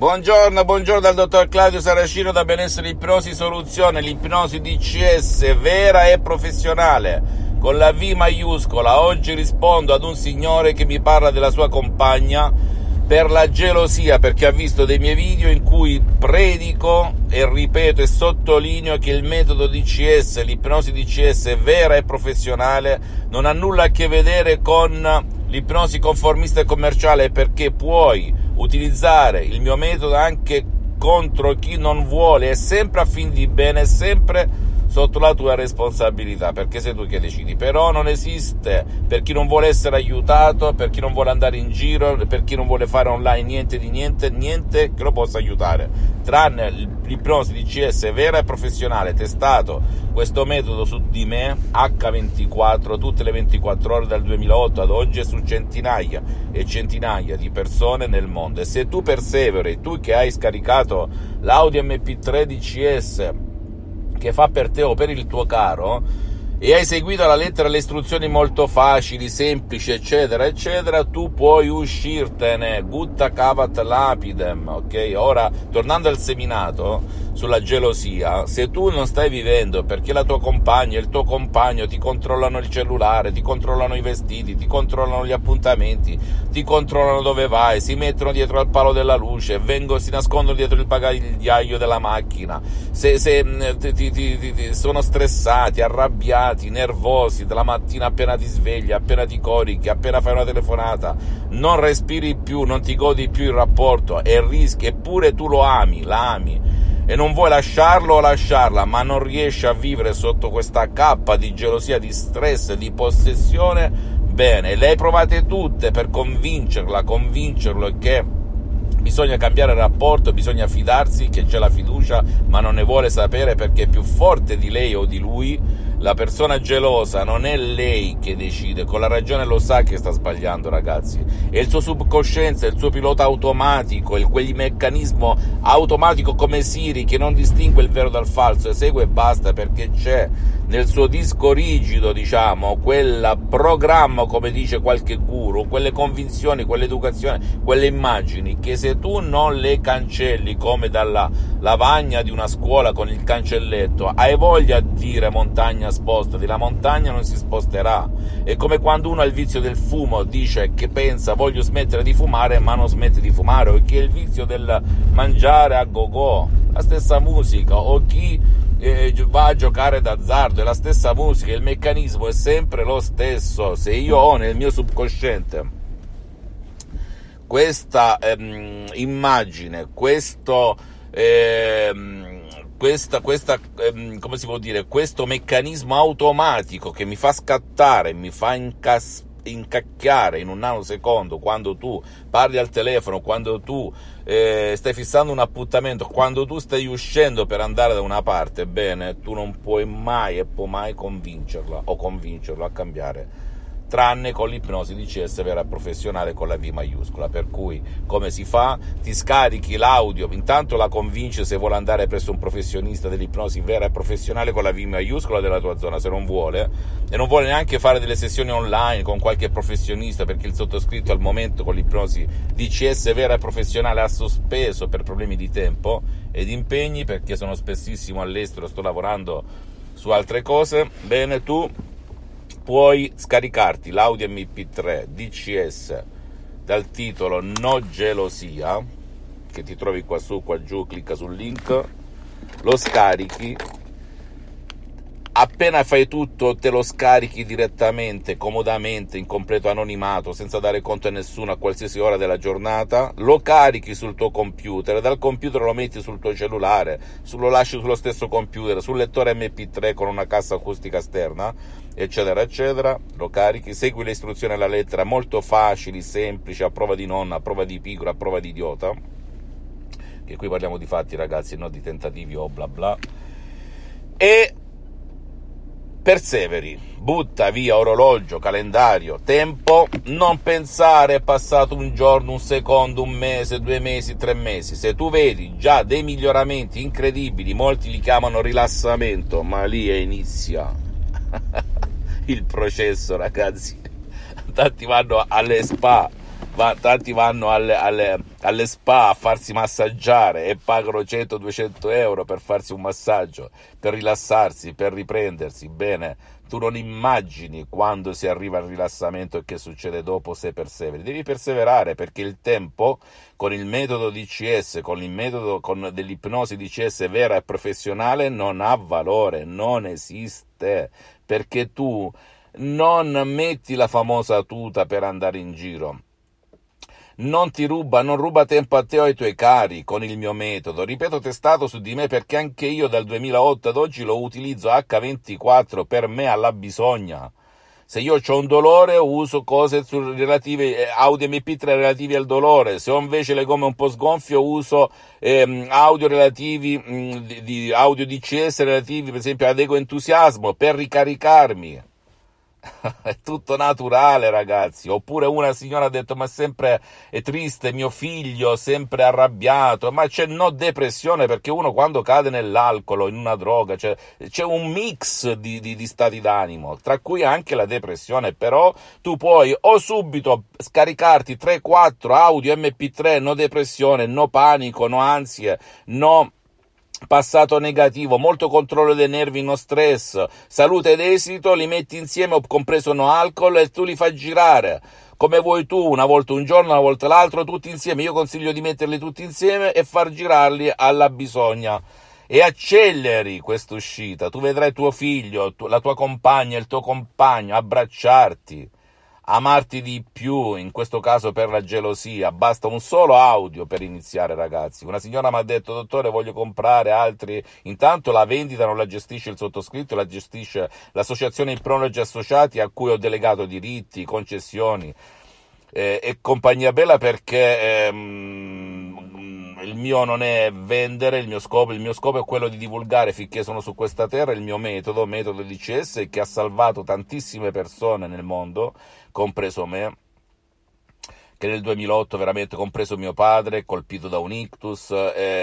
Buongiorno dal dottor Claudio Saracino da Benessere Ipnosi Soluzione, l'ipnosi DCS vera e professionale, con la V maiuscola. Oggi rispondo ad un signore che mi parla della sua compagna per la gelosia, perché ha visto dei miei video in cui predico e ripeto e sottolineo che il metodo DCS, l'ipnosi DCS vera e professionale, non ha nulla a che vedere con l'ipnosi conformista e commerciale, perché puoi utilizzare il mio metodo anche contro chi non vuole, è sempre a fin di bene, è sempre sotto la tua responsabilità, perché sei tu che decidi. Però non esiste per chi non vuole essere aiutato, per chi non vuole andare in giro, per chi non vuole fare online niente che lo possa aiutare, tranne l'ipnosi DCS vera e professionale, testato questo metodo su di me H24 tutte le 24 ore dal 2008 ad oggi e su centinaia e centinaia di persone nel mondo. E se tu perseveri, tu che hai scaricato l'audio MP3 DCS che fa per te o per il tuo caro, e hai seguito alla lettera le istruzioni molto facili, semplici, eccetera, eccetera, tu puoi uscirtene, gutta cavat lapidem, ok? Ora, tornando al seminato sulla gelosia, se tu non stai vivendo perché la tua compagna e il tuo compagno ti controllano il cellulare, ti controllano i vestiti, ti controllano gli appuntamenti, ti controllano dove vai, si mettono dietro al palo della luce, si nascondono dietro il bagagliaio della macchina, sono stressati, arrabbiati, nervosi, dalla mattina appena ti svegli, appena ti corichi, appena fai una telefonata, non respiri più, non ti godi più il rapporto e rischi, eppure tu la ami e non vuoi lasciarlo o lasciarla, ma non riesci a vivere sotto questa cappa di gelosia, di stress, di possessione. Bene, le hai provate tutte per convincerlo che bisogna cambiare il rapporto, bisogna fidarsi, che c'è la fiducia, ma non ne vuole sapere perché è più forte di lei o di lui. La persona gelosa non è lei che decide, con la ragione lo sa che sta sbagliando, ragazzi. È il suo subconscienza, il suo pilota automatico, quel meccanismo automatico come Siri che non distingue il vero dal falso, esegue e basta, perché c'è nel suo disco rigido, diciamo, quel programma, come dice qualche guru, quelle convinzioni, quell'educazione, quelle immagini che se tu non le cancelli come dalla lavagna di una scuola con il cancelletto, hai voglia di dire montagna spostati, la montagna non si sposterà. È come quando uno ha il vizio del fumo, dice che pensa voglio smettere di fumare ma non smette di fumare, o chi ha il vizio del mangiare a go-go, la stessa musica, o chi va a giocare d'azzardo, è la stessa musica, il meccanismo è sempre lo stesso. Se io ho nel mio subconsciente questa immagine, questo come si può dire, questo meccanismo automatico che mi fa scattare, mi fa incacchiare in un nanosecondo, quando tu parli al telefono, quando tu stai fissando un appuntamento, quando tu stai uscendo per andare da una parte, bene, tu non puoi mai e puoi mai convincerlo a cambiare, tranne con l'ipnosi DCS vera professionale con la V maiuscola. Per cui come si fa? Ti scarichi l'audio, intanto la convinci se vuole andare presso un professionista dell'ipnosi vera e professionale con la V maiuscola della tua zona, se non vuole, e non vuole neanche fare delle sessioni online con qualche professionista, perché il sottoscritto al momento con l'ipnosi DCS vera e professionale ha sospeso per problemi di tempo ed impegni, perché sono spessissimo all'estero, sto lavorando su altre cose. Bene, tu puoi scaricarti l'audio MP3 DCS dal titolo No Gelosia, che ti trovi qua su, qua giù, clicca sul link, lo scarichi, appena fai tutto te lo scarichi direttamente, comodamente, in completo anonimato, senza dare conto a nessuno, a qualsiasi ora della giornata, lo carichi sul tuo computer, dal computer lo metti sul tuo cellulare, lo lasci sullo stesso computer, sul lettore MP3 con una cassa acustica esterna, eccetera eccetera, lo carichi, segui le istruzioni alla lettera, molto facili, semplici, a prova di nonna, a prova di pigro, a prova di idiota, che qui parliamo di fatti, ragazzi, non di tentativi o bla bla, e perseveri, butta via orologio, calendario, tempo, non pensare è passato un giorno, un secondo, un mese, 2 mesi, 3 mesi. Se tu vedi già dei miglioramenti incredibili, molti li chiamano rilassamento, ma lì inizia il processo, ragazzi. Tanti vanno alle spa Tanti vanno alle spa a farsi massaggiare e pagano 100-200 euro per farsi un massaggio, per rilassarsi, per riprendersi. Bene, tu non immagini quando si arriva al rilassamento e che succede dopo se perseveri. Devi perseverare, perché il tempo con il metodo DCS, con dell'ipnosi DCS vera e professionale non ha valore, non esiste, perché tu non metti la famosa tuta per andare in giro. Non ruba tempo a te o ai tuoi cari con il mio metodo. Ripeto, testato su di me, perché anche io dal 2008 ad oggi lo utilizzo H24 per me alla bisogna. Se io ho un dolore uso cose relative, audio MP3 relativi al dolore. Se ho invece le gomme un po' sgonfie uso audio relativi, di audio DCS relativi per esempio ad ego entusiasmo per ricaricarmi. È tutto naturale, ragazzi. Oppure una signora ha detto: ma sempre è triste mio figlio, sempre arrabbiato. Ma c'è depressione, perché uno quando cade nell'alcol o in una droga c'è un mix di stati d'animo, tra cui anche la depressione. Però tu puoi o subito scaricarti 3-4 audio MP3, no depressione, no panico, no ansie, no passato negativo, molto controllo dei nervi, no stress, salute ed esito, li metti insieme, compreso no alcol, e tu li fai girare come vuoi tu, una volta un giorno, una volta l'altro, tutti insieme. Io consiglio di metterli tutti insieme e far girarli alla bisogna, e acceleri questa uscita. Tu vedrai tuo figlio, la tua compagna, il tuo compagno abbracciarti, amarti di più, in questo caso per la gelosia. Basta un solo audio per iniziare, ragazzi. Una signora mi ha detto: dottore, voglio comprare altri. Intanto la vendita non la gestisce il sottoscritto, la gestisce l'associazione Ipnologi Associati, a cui ho delegato diritti, concessioni e compagnia bella, perché il mio non è vendere, il mio scopo è quello di divulgare, finché sono su questa terra, il mio metodo DCS, che ha salvato tantissime persone nel mondo, compreso me, che nel 2008 veramente, compreso mio padre, colpito da un ictus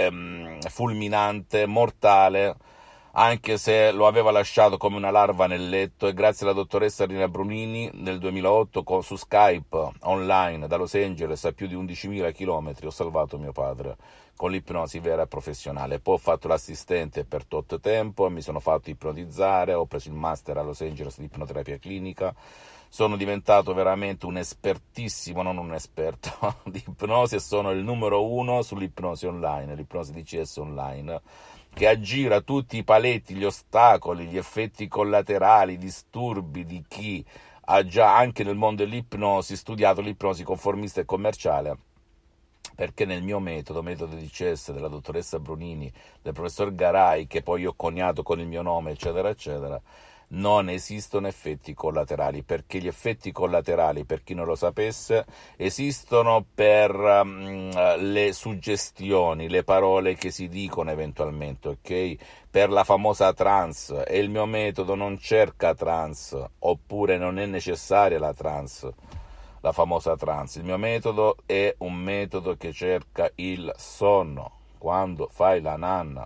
fulminante, mortale, anche se lo aveva lasciato come una larva nel letto, e grazie alla dottoressa Rina Brunini nel 2008 su Skype online da Los Angeles a più di 11.000 chilometri ho salvato mio padre con l'ipnosi vera e professionale. Poi ho fatto l'assistente per tot tempo e mi sono fatto ipnotizzare, ho preso il master a Los Angeles di ipnoterapia clinica. Sono diventato veramente un espertissimo, non un esperto, di ipnosi, e sono il numero 1 sull'ipnosi online, l'ipnosi DCS online, che aggira tutti i paletti, gli ostacoli, gli effetti collaterali, i disturbi di chi ha già anche nel mondo dell'ipnosi studiato l'ipnosi conformista e commerciale. Perché nel mio metodo DCS della dottoressa Brunini, del professor Garai, che poi ho coniato con il mio nome, eccetera, eccetera, non esistono effetti collaterali, perché gli effetti collaterali, per chi non lo sapesse, esistono per le suggestioni, le parole che si dicono eventualmente, ok? Per la famosa trance, e il mio metodo non cerca trance, oppure non è necessaria la trance, la famosa trance. Il mio metodo è un metodo che cerca il sonno, quando fai la nanna.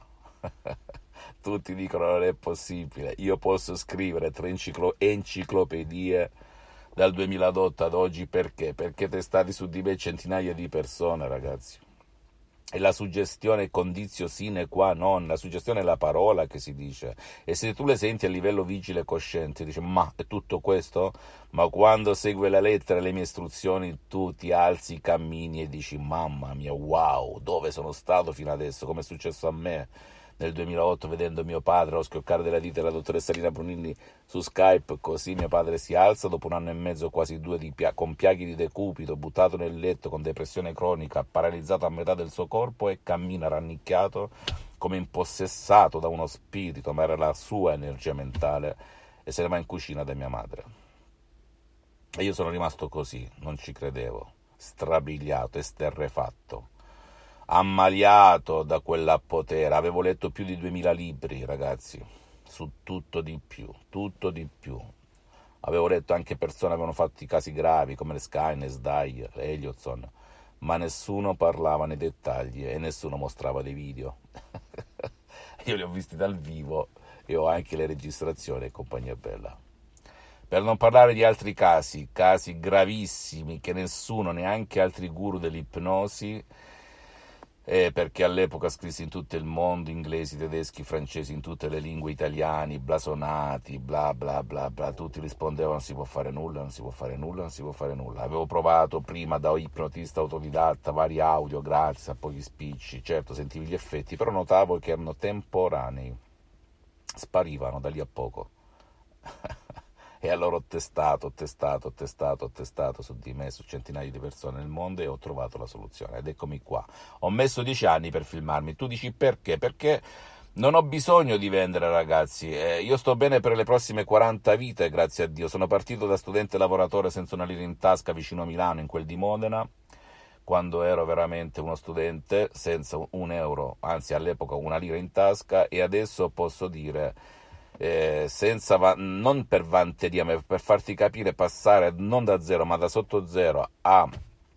Tutti dicono non è possibile. Io posso scrivere 3 enciclopedie dal 2008 ad oggi. Perché? Perché testati su di me centinaia di persone, ragazzi. E la suggestione è condizio sine qua non, la suggestione è la parola che si dice, e se tu le senti a livello vigile e cosciente, dici: ma è tutto questo? Ma quando segui la lettera e le mie istruzioni, tu ti alzi, cammini e dici: mamma mia, wow, dove sono stato fino adesso? Come è successo a me nel 2008, vedendo mio padre, lo schioccare della dita della dottoressa Rina Brunini su Skype. Così mio padre si alza dopo 1 anno e mezzo, quasi 2, con piaghe di decubito, buttato nel letto con depressione cronica, paralizzato a metà del suo corpo, e cammina rannicchiato come impossessato da uno spirito, ma era la sua energia mentale, e se ne va in cucina da mia madre. E io sono rimasto così, non ci credevo, strabiliato, esterrefatto, ammaliato da quell'apotera. Avevo letto più di 2000 libri, ragazzi, su tutto di più. Avevo letto anche persone che avevano fatto i casi gravi, come le Skynes, Dyer, Elliotson, ma nessuno parlava nei dettagli e nessuno mostrava dei video. Io li ho visti dal vivo e ho anche le registrazioni e compagnia bella. Per non parlare di altri casi gravissimi che nessuno, neanche altri guru dell'ipnosi, perché all'epoca scrissi in tutto il mondo, inglesi, tedeschi, francesi, in tutte le lingue, italiani, blasonati, bla bla bla bla, tutti rispondevano non si può fare nulla, non si può fare nulla, non si può fare nulla. Avevo provato prima da ipnotista autodidatta vari audio gratis a pochi spicci, certo sentivi gli effetti, però notavo che erano temporanei, sparivano da lì a poco. E allora ho testato su di me, su centinaia di persone nel mondo e ho trovato la soluzione. Ed eccomi qua. Ho messo 10 anni per filmarmi. Tu dici perché? Perché non ho bisogno di vendere, ragazzi. Io sto bene per le prossime 40 vite, grazie a Dio. Sono partito da studente lavoratore senza una lira in tasca vicino a Milano, in quel di Modena, quando ero veramente uno studente senza un euro, anzi all'epoca una lira in tasca, e adesso posso dire... non per vanteria, ma per farti capire, passare non da zero ma da sotto zero a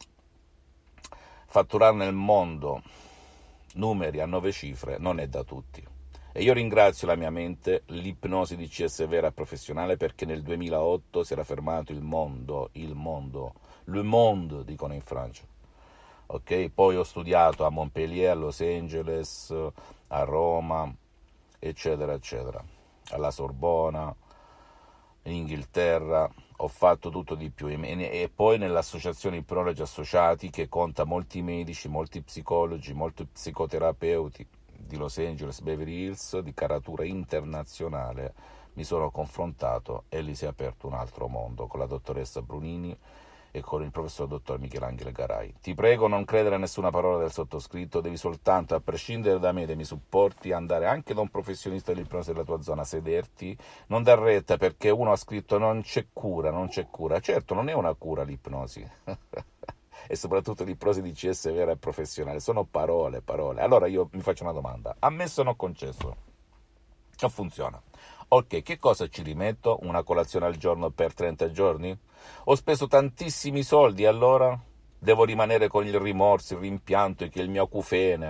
fatturare nel mondo numeri a 9 cifre non è da tutti. E io ringrazio la mia mente, l'ipnosi di CS vera professionale, perché nel 2008 si era fermato il mondo, le monde dicono in Francia. Ok, poi ho studiato a Montpellier, a Los Angeles, a Roma, eccetera eccetera, alla Sorbona, in Inghilterra, ho fatto tutto di più, e poi nell'associazione Ipnologi Associati, che conta molti medici, molti psicologi, molti psicoterapeuti di Los Angeles, Beverly Hills, di caratura internazionale, mi sono confrontato e lì si è aperto un altro mondo con la dottoressa Brunini e con il professor dottor Michelangelo Garai. Ti prego, non credere a nessuna parola del sottoscritto, devi soltanto, a prescindere da me, dai miei supporti, andare anche da un professionista dell'ipnosi della tua zona, sederti, non dar retta, perché uno ha scritto non c'è cura. Certo, non è una cura l'ipnosi, e soprattutto l'ipnosi di CS vera e professionale, sono parole. Allora io mi faccio una domanda, ammesso non concesso, non funziona. Ok, che cosa ci rimetto? Una colazione al giorno per 30 giorni? Ho speso tantissimi soldi, allora devo rimanere con il rimorso, il rimpianto che il mio acufene,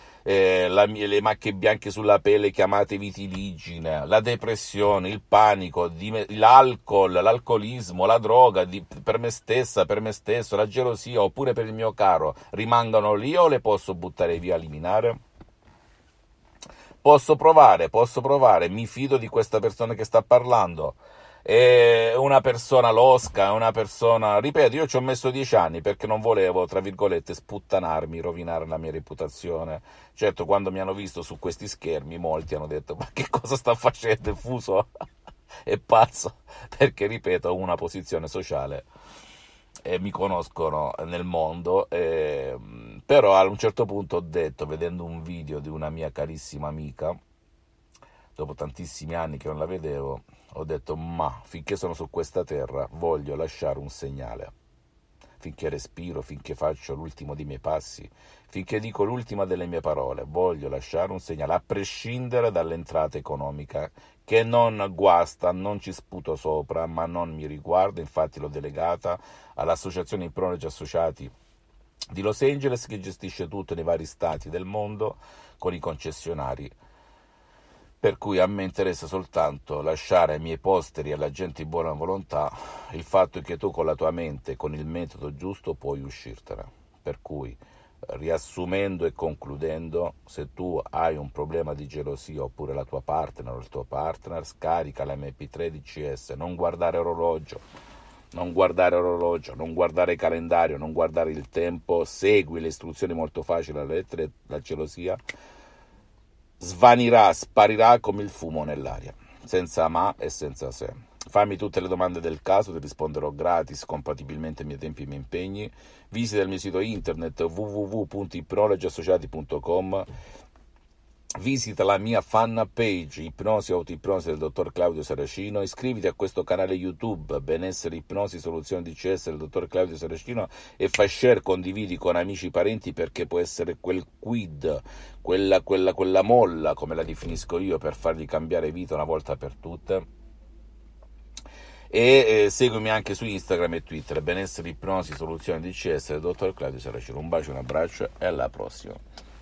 le macchie bianche sulla pelle chiamate vitiligine, la depressione, il panico, l'alcol, l'alcolismo, la droga, per me stessa, per me stesso, la gelosia, oppure per il mio caro, rimangano lì o le posso buttare via, eliminare? Posso provare, mi fido di questa persona che sta parlando. È una persona losca, è una persona... Ripeto, io ci ho messo 10 anni perché non volevo, tra virgolette, sputtanarmi, rovinare la mia reputazione. Certo, quando mi hanno visto su questi schermi, molti hanno detto ma che cosa sta facendo, è fuso, è pazzo, perché, ripeto, ho una posizione sociale. Mi conoscono nel mondo, però a un certo punto ho detto, vedendo un video di una mia carissima amica, dopo tantissimi anni che non la vedevo, ho detto ma finché sono su questa terra voglio lasciare un segnale, finché respiro, finché faccio l'ultimo dei miei passi, finché dico l'ultima delle mie parole, voglio lasciare un segnale, a prescindere dall'entrata economica, che non guasta, non ci sputo sopra, ma non mi riguarda. Infatti l'ho delegata all'associazione Ipnologi Associati di Los Angeles, che gestisce tutto nei vari stati del mondo con i concessionari, per cui a me interessa soltanto lasciare ai miei posteri e alla gente di buona volontà il fatto che tu con la tua mente, con il metodo giusto, puoi uscirtene. Per cui, riassumendo e concludendo, se tu hai un problema di gelosia, oppure la tua partner o il tuo partner, scarica l'MP3 di CS, non guardare orologio, non guardare calendario, non guardare il tempo, segui le istruzioni molto facili alla lettera, la gelosia svanirà, sparirà come il fumo nell'aria, senza ma e senza se. Fammi tutte le domande del caso, ti risponderò gratis, compatibilmente ai miei tempi e ai miei impegni. Visita il mio sito internet www.ipnologiassociati.com, visita la mia fan page Ipnosi Autoipnosi del dottor Claudio Saracino, iscriviti a questo canale YouTube Benessere Ipnosi Soluzioni DCS del dottor Claudio Saracino e fai share, condividi con amici, parenti, perché può essere quel quid, quella molla, come la definisco io, per fargli cambiare vita una volta per tutte. E seguimi anche su Instagram e Twitter Benessere Ipnosi Soluzioni DCS del dottor Claudio Saracino. Un bacio, un abbraccio e alla prossima.